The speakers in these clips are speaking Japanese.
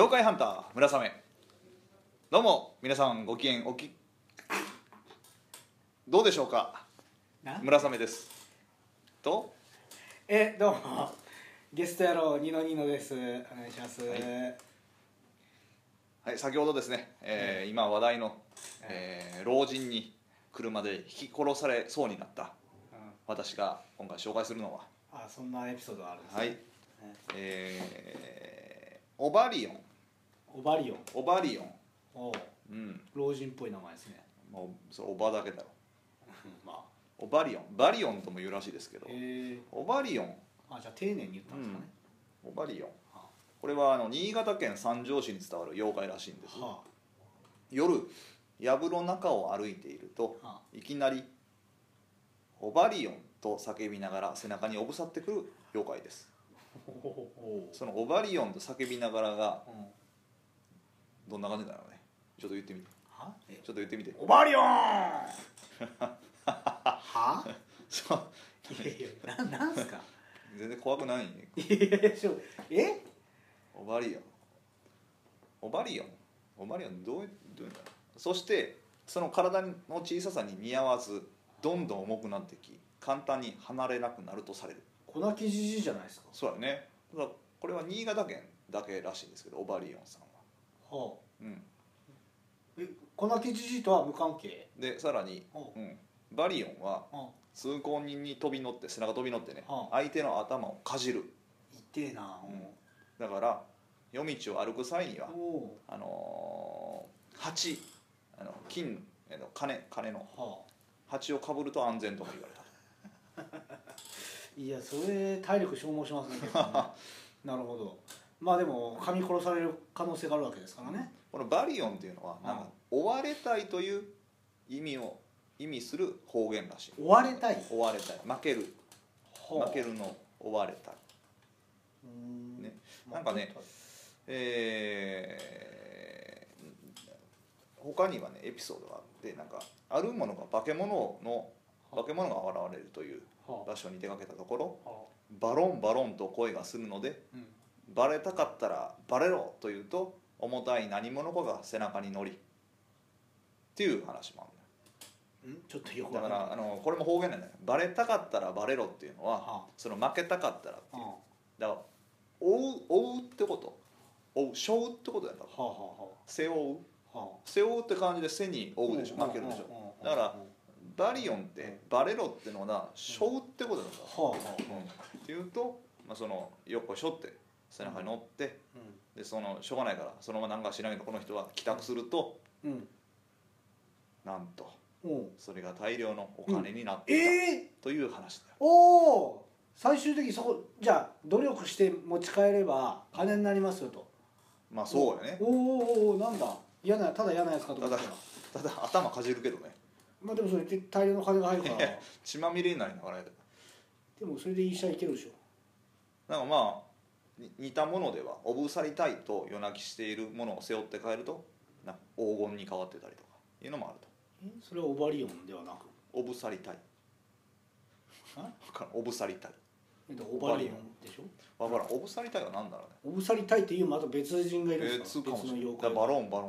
妖怪ハンター村雨。どうも皆さんご機嫌どうでしょうか。村雨ですとどうもゲスト野郎ニノニノです。お願いします。 はい、先ほどですね、今話題の、老人に車で引き殺されそうになった私が今回紹介するのは、 そんなエピソードがあるんですね。 はい、オバリオン。 オバリオン。 オバリオン。 おう、 うん、 老人っぽい名前ですね。 もうそれオバだけだろまあオバリオン、バリオンとも言うらしいですけど、オバリオン、 じゃあ丁寧に言ったんですかね。 オバリオン、これは新潟県三条市に伝わる妖怪らしいんです。夜藪の中を歩いていると、いきなりオバリオンと叫びながら背中におぶさってくる妖怪です。そのオバリオンと叫びながらがどんな感じだろうね。ちょっと言ってみて。ちょっと言ってみて。 オバリオンそういやいや、なんすか。 全然怖くないね。オバリオン、オバリオン、オバリオンどういうんだろう。そしてその体の小ささに見合わずどんどん重くなってき、簡単に離れなくなるとされる。 小泣きじじいじゃないですか。 そうだね。ただこれは新潟県だけらしいんですけど、オバリオンさんは。 小泣きじじいとは無関係で、さらに、バリオンは通行人に飛び乗って、背中飛び乗ってね、相手の頭をかじる。 痛えな。 だから夜道を歩く際には蜂、金の金の蜂をかぶると安全とも言われた。 いや、それ体力消耗しますね。なるほど。まあでも噛み殺される可能性があるわけですからね。 このバリオンっていうのはなんか追われたいという意味する方言らしい。 追われたい、 追われたい、負けるの追われたいね。なんかね、他にはねエピソードがあって、なんかあるものが化け物が現れるという場所に出かけたところ、バロンバロンと声がするので、バレたかったらバレろと言うと重たい何者かが背中に乗りっていう話もあるんだよ。 ちょっとよくだからこれも方言なんだよ。バレたかったらバレろっていうのは、その負けたかったらっていう、だから追うってこと、背負うってことだよ。背負うって感じで背に追うでしょ、負けるでしょ。だからバリオンってバレろってのは背負うってことなんだ。っていうと、その横背負って背中に乗って、でそのしょうがないからそのままなんか知らないけどこの人は帰宅すると、なんとそれが大量のお金になっていたという話だよ。 最終的にそこじゃあ努力して持ち帰れば金になりますよと。 まあそうよね。 なんだ、ただ嫌なやつかと思ったら。 ただ頭かじるけどね。 まあでもそれで大量の金が入るから血まみれになりながらやで。 でもそれで医者いけるでしょ。 なんかまあ似たものでは、おぶさりたいと夜泣きしているものを背負って帰ると黄金に変わってたりとかいうのもあると。 それはオバリオンではなくおぶさりたい。おぶさりたい。 オバリオンでしょ。 わからん。おぶさりたいは何だろうね。 おぶさりたいっていうまた別人がいるんですか。 別の妖怪。バロンやから。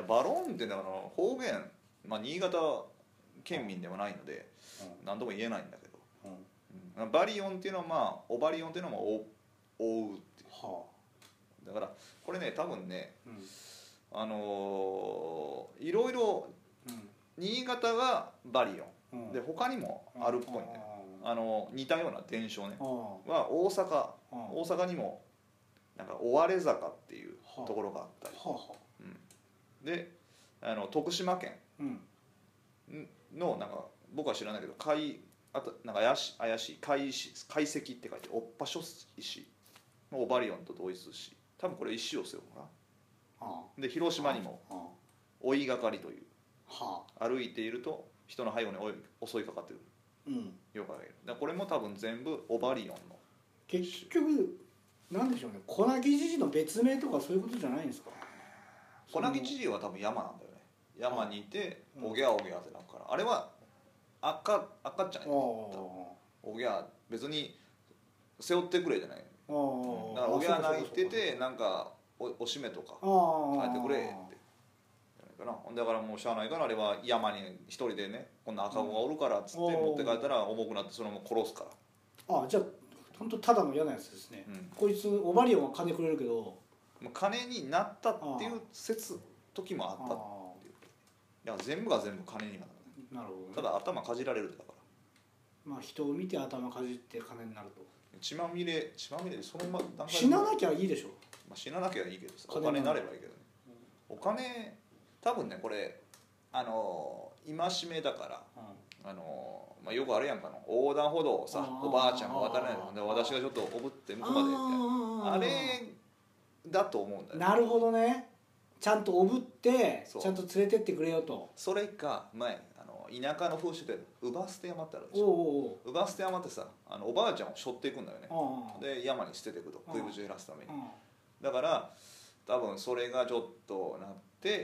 バロンっていうのは方言、新潟県民ではないので何とも言えないんだけど、バリオンっていうのはオバリオンっていうのは追うっていう。だからこれね、多分ね、いろいろ新潟がバリオンで他にもあるっぽいね。似たような伝承ねは大阪にもなんか尾張坂っていうところがあったり、で徳島県のなんか僕は知らないけどなんか怪しい怪石って書いておっぱしょ石のオバリオンと同一し、多分これ石を背負うのかな。で広島にも追いがかりという、歩いていると人の背後に襲いかかってくる妖怪がいる。だからこれも多分全部オバリオンの。 結局なんでしょうね、小泣きじじの別名とかそういうことじゃないんですか。 小泣きじじは多分山なんだよね。山にいておぎゃおぎゃってなるから、あれは赤ちゃんや。おぎゃ別に背負ってくれじゃない。だからおぎゃ泣いててなんかおしめとかあ変えてくれってかな。だからもうしゃあないからあれは山に一人でねこんな赤子がおるからっつって持って帰ったら重くなってそのまま殺すから。 あじゃあ本当ただの嫌なやつですね、こいつオバリオンは金くれるけどもう金になったっていう時もあったっていう。いや全部が全部金になる。 なるほど、ね、 ただ頭かじられるだから。 まあ人を見て頭かじって金になると。 血まみれでその段階で死ななきゃいいでしょ。 まあ、死ななきゃいいけどさお金になればいいけどね、お金多分ねこれ戒めだから、まあ、よくあるやんかの横断歩道をさおばあちゃんが渡れないので私がちょっとおぶって向こうまでみたいなあれだと思うんだよね。 なるほどね。ちゃんとおぶってちゃんと連れてってくれよと。 それか前田舎の風習で乳母捨て山ってあるでしょ。乳母捨て山ってさおばあちゃんを背負っていくんだよね。で山に捨てていくと食いぶちを減らすために。だから多分それがちょっとなって、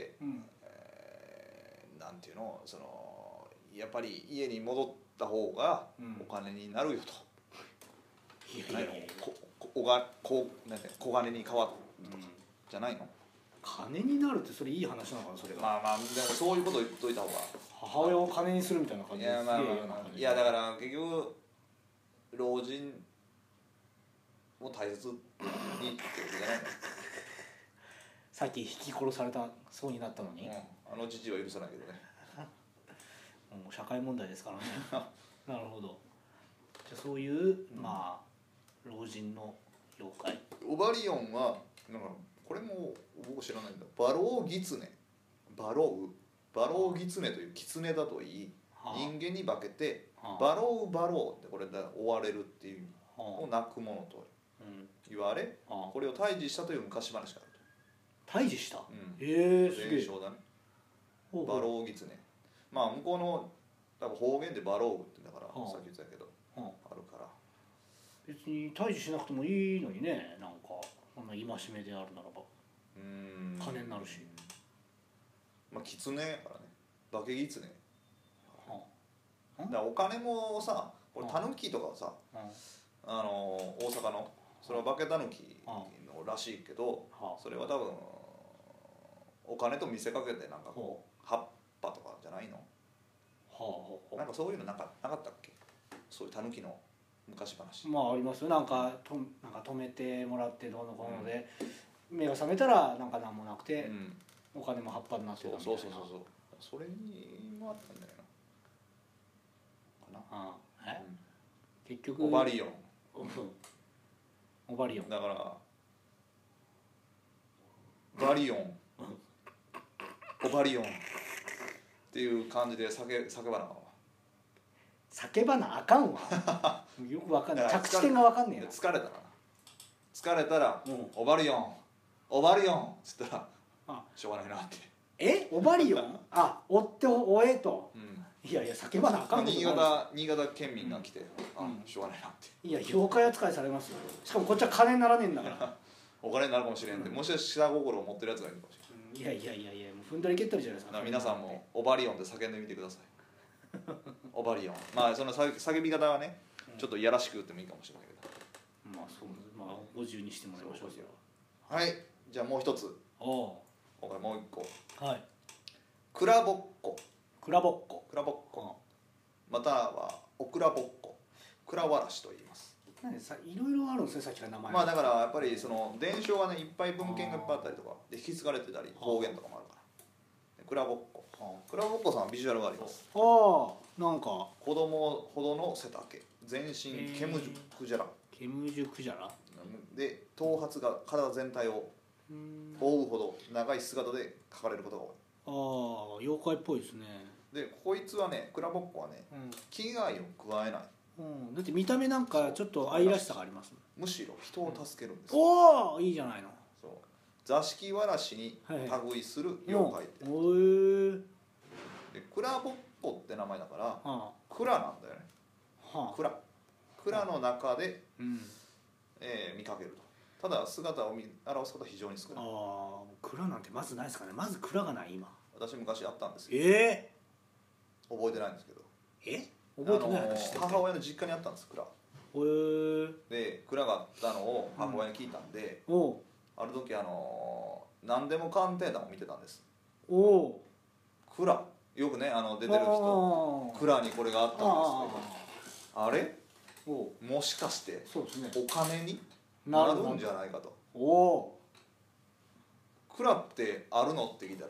なんていうのやっぱり家に戻った方がお金になるよと。小金に変わるとかじゃないの。 金になるってそれいい話なのかなそれが。 まあそういうことを言っといた方が。 母親を金にするみたいな感じです。 いやだから結局老人を大切にってことじゃないの。 さっき引き殺されたそうになったのに、 父は許さないけどね。 もう社会問題ですからね。なるほど。じゃあそういう、まあ老人の妖怪。 オバリオンはなんかこれも僕知らないんだ。バロウギツネバロウギツネという狐だといい、人間に化けてバロウってこれで追われるっていうのを泣くものと言われ、これを退治したという昔話があると。 退治した。 すげえ。 伝承だね。バロウギツネ。まあ向こうの多分方言でバロウってだからさっき言ってたけどあるから。 別に退治しなくてもいいのにね。なんかこんな戒めであるならば金になるし。 まあ狐やからね。化け狐。だからお金もさこれタヌキとかさ大阪のそれは化けタヌキのらしいけどそれは多分お金と見せかけてなんかこう葉っぱとかじゃないの。なんかそういうのなかったっけ。そういうタヌキの昔話。 まあありますよ。なんか止めてもらってどうのこうので、目が覚めたらなんか何もなくて、お金も葉っぱになってたみたいな。 そうそれにもあったんだよなかな。 結局オバリオンだからバリオンオバリオンっていう感じで叫ばなあかんわ。 叫ばなあかんわ。よくわかんない。着地点がわかんねえな。 疲れたらオバリオンっつったらしょうがないなって。 オバリオン追って追えと。いや叫ばなあかんねえ。 新潟県民が来てしょうがないなって。 いや妖怪扱いされますよ。しかもこっちは金にならねえんだから。 お金になるかもしれんって、もしかしたら下心を持ってるやつがいるかもしれない。 いやもう踏んだり蹴ったりじゃないですか。 皆さんもオバリオンで叫んでみてください。オバリオン。まあその叫び方はねちょっといやらしく言ってもいいかもしれないけど。 まあご自由にしてもらいましょう。 はい。じゃあもう一つ。今回もう一個。 はい。 クラボッコ。またはオクラボッコ。クラワラシと言います。 いろいろあるんですねさっきから名前。 まあだからやっぱりその伝承がねいっぱい文献がいっぱいあったりとかで引き継がれてたり方言とかもあるから。クラボッコさんはビジュアルがあります。 なんか子供ほどの背丈、全身ケムジュクジャラで頭髪が体全体を覆うほど長い姿で描かれることが多い。 妖怪っぽいですね。 でこいつはねクラボッコはね、危害を加えない。 だって見た目なんかちょっと愛らしさがあります。 むしろ人を助けるんです。 いいじゃないの。 そう座敷わらしに類する妖怪って。でクラボッコって名前だから蔵なんだよね。蔵の中で見かけると。ただ姿を表すことは非常に少ない。 蔵なんてまずないですかね。まず蔵がない今。 私昔あったんですよ。覚えてないんですけど。 覚えてない話。 母親の実家にあったんです蔵。で蔵があったのを母親に聞いたんで、 ある時何でも鑑定団を見てたんです。 おお蔵よくね出てる人蔵にこれがあったんですけど、あれもしかしてお金になるんじゃないかと。 おお蔵ってあるのって聞いたら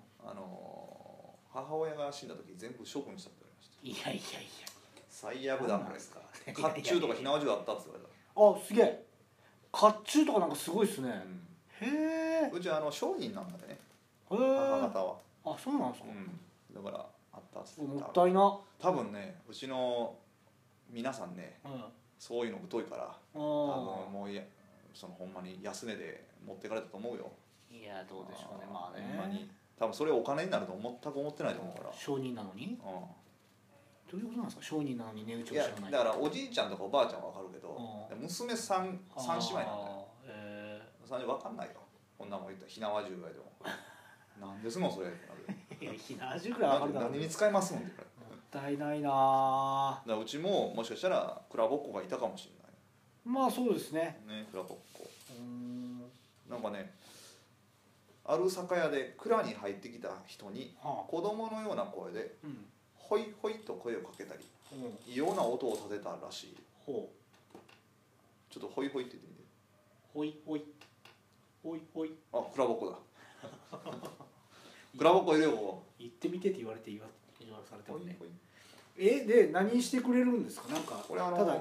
母親が死んだ時全部処分したって言われました。 いやいやいや最悪だこれ。甲冑とか火縄銃あったって言われた。 あすげえ甲冑とかなんかすごいっすね、へえうち商人なんだよね母方は。 あそうなんですか、 だからあったっつってもったいな。 多分ねうちの皆さんねそういうの疎いから多分もうほんまに安値で持ってかれたと思うよ。 いやどうでしょうね。まあねほんまに多分それお金になると全く思ってないと思うから。 商人なのにどういうことなんですか、商人なのに値打ちを知いやらない。 だからおじいちゃんとかおばあちゃんは分かるけど娘三姉妹なんだよ。3人分かんないよこんなもん言ったら火縄銃ぐらいでもなんですのそれってなる。 いや火縄銃ぐらい分かるだろう。 何に使いますもんって言うから。 もったいないな。 だからうちももしかしたら蔵ぼっこがいたかもしれない。 まあそうですね。 蔵ぼっこなんかねある酒屋で蔵に入ってきた人に子供のような声でホイホイと声をかけたり異様な音を立てたらしい。ちょっとホイホイって言ってみて。 ホイホイホイホイ。 あ蔵ぼっこだ蔵ぼっこいるよここ。 行ってみてって言われされてもね。で何してくれるんですか。なんかこれただ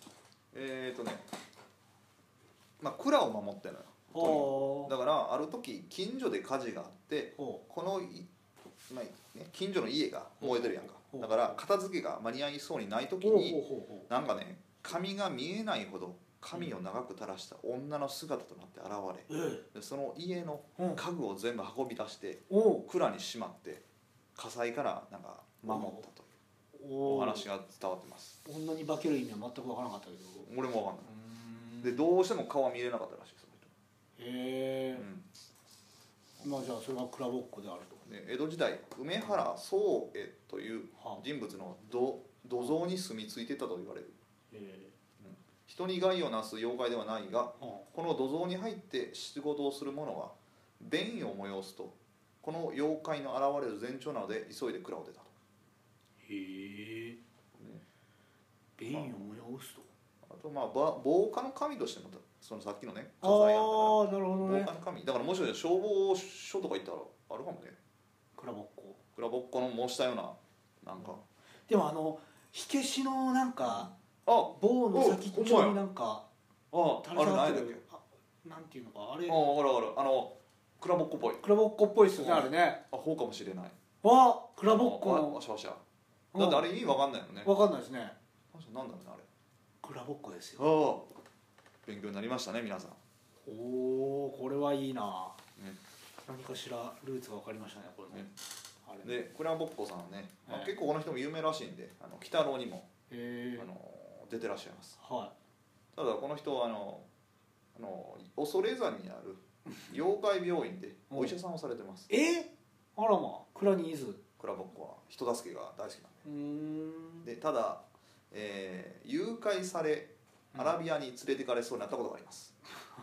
蔵を守ってるのよ。だからある時近所で火事があってこの近所の家が燃えてるやんか。だから片付けが間に合いそうにない時になんかね髪が見えないほど髪を長く垂らした女の姿となって現れ、その家の家具を全部運び出して蔵にしまって火災からなんか守ったというお話が伝わってます。 女に化ける意味は全く分からなかったけど。 俺も分かんない。でどうしても顔は見れなかったらしいです。 へえ。まあじゃあそれが蔵ぼっこであると。 江戸時代梅原宗恵という人物の土蔵に住み着いていたと言われる。人に害をなす妖怪ではないがこの土蔵に入って仕事をする者は便意を催すとこの妖怪の現れる前兆なので急いで蔵を出たと。 へえ。便意を催すと。 あと防火の神としてもそのさっきのね火災あったからなるほどね。 防火の神だからもしかしたら消防署とか行ったらあるかもね。 蔵ぼっこ。 蔵ぼっこの模したようななんか。 でも火消しのなんか棒の先っちょになんかあれ何だっけ。 なんていうのかあれ。 分かる蔵ぼっこっぽい。 蔵ぼっこっぽいっすよねあれね。 ほうかもしれない。 蔵ぼっこの。 わしゃわしゃ。だってあれ意味わかんないよね。 わかんないですね。 なんだろうねあれ。 蔵ぼっこですよ。 勉強になりましたね皆さん。 おおこれはいいな。何かしらルーツが分かりましたねこれね。 で蔵ぼっこさんはね結構この人も有名らしいんで鬼太郎にも出てらっしゃいます。ただこの人は恐山にある妖怪病院でお医者さんをされてます。 あらま蔵にいず。 蔵ぼっこは人助けが大好きなんで。ただ誘拐されアラビアに連れてかれそうになったことがあります。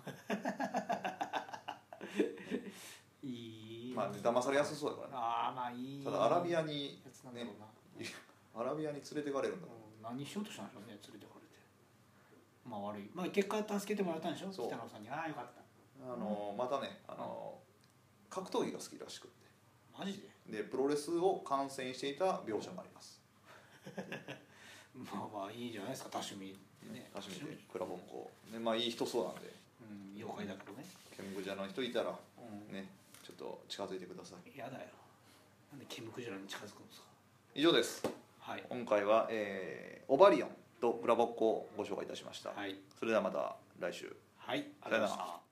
騙されやすそうだからね。ただアラビアにアラビアに連れてかれるんだ。 何しようとしたんでしょうね連れてかれて。悪い結果助けてもらったんでしょ北野さんに。よかった。 またね格闘技が好きらしくって。 マジでプロレスを観戦していた描写もあります。 いいじゃないですか多趣味でね。 多趣味で蔵ぼっこいい人そうなんで。 妖怪だけどね。 ケムクジラの人いたらねちょっと近づいてください。 やだよ。なんでケムクジラに近づくんですか。 以上です。今回はオバリオンと蔵ぼっこをご紹介いたしました。それではまた来週。 ありがとうございました。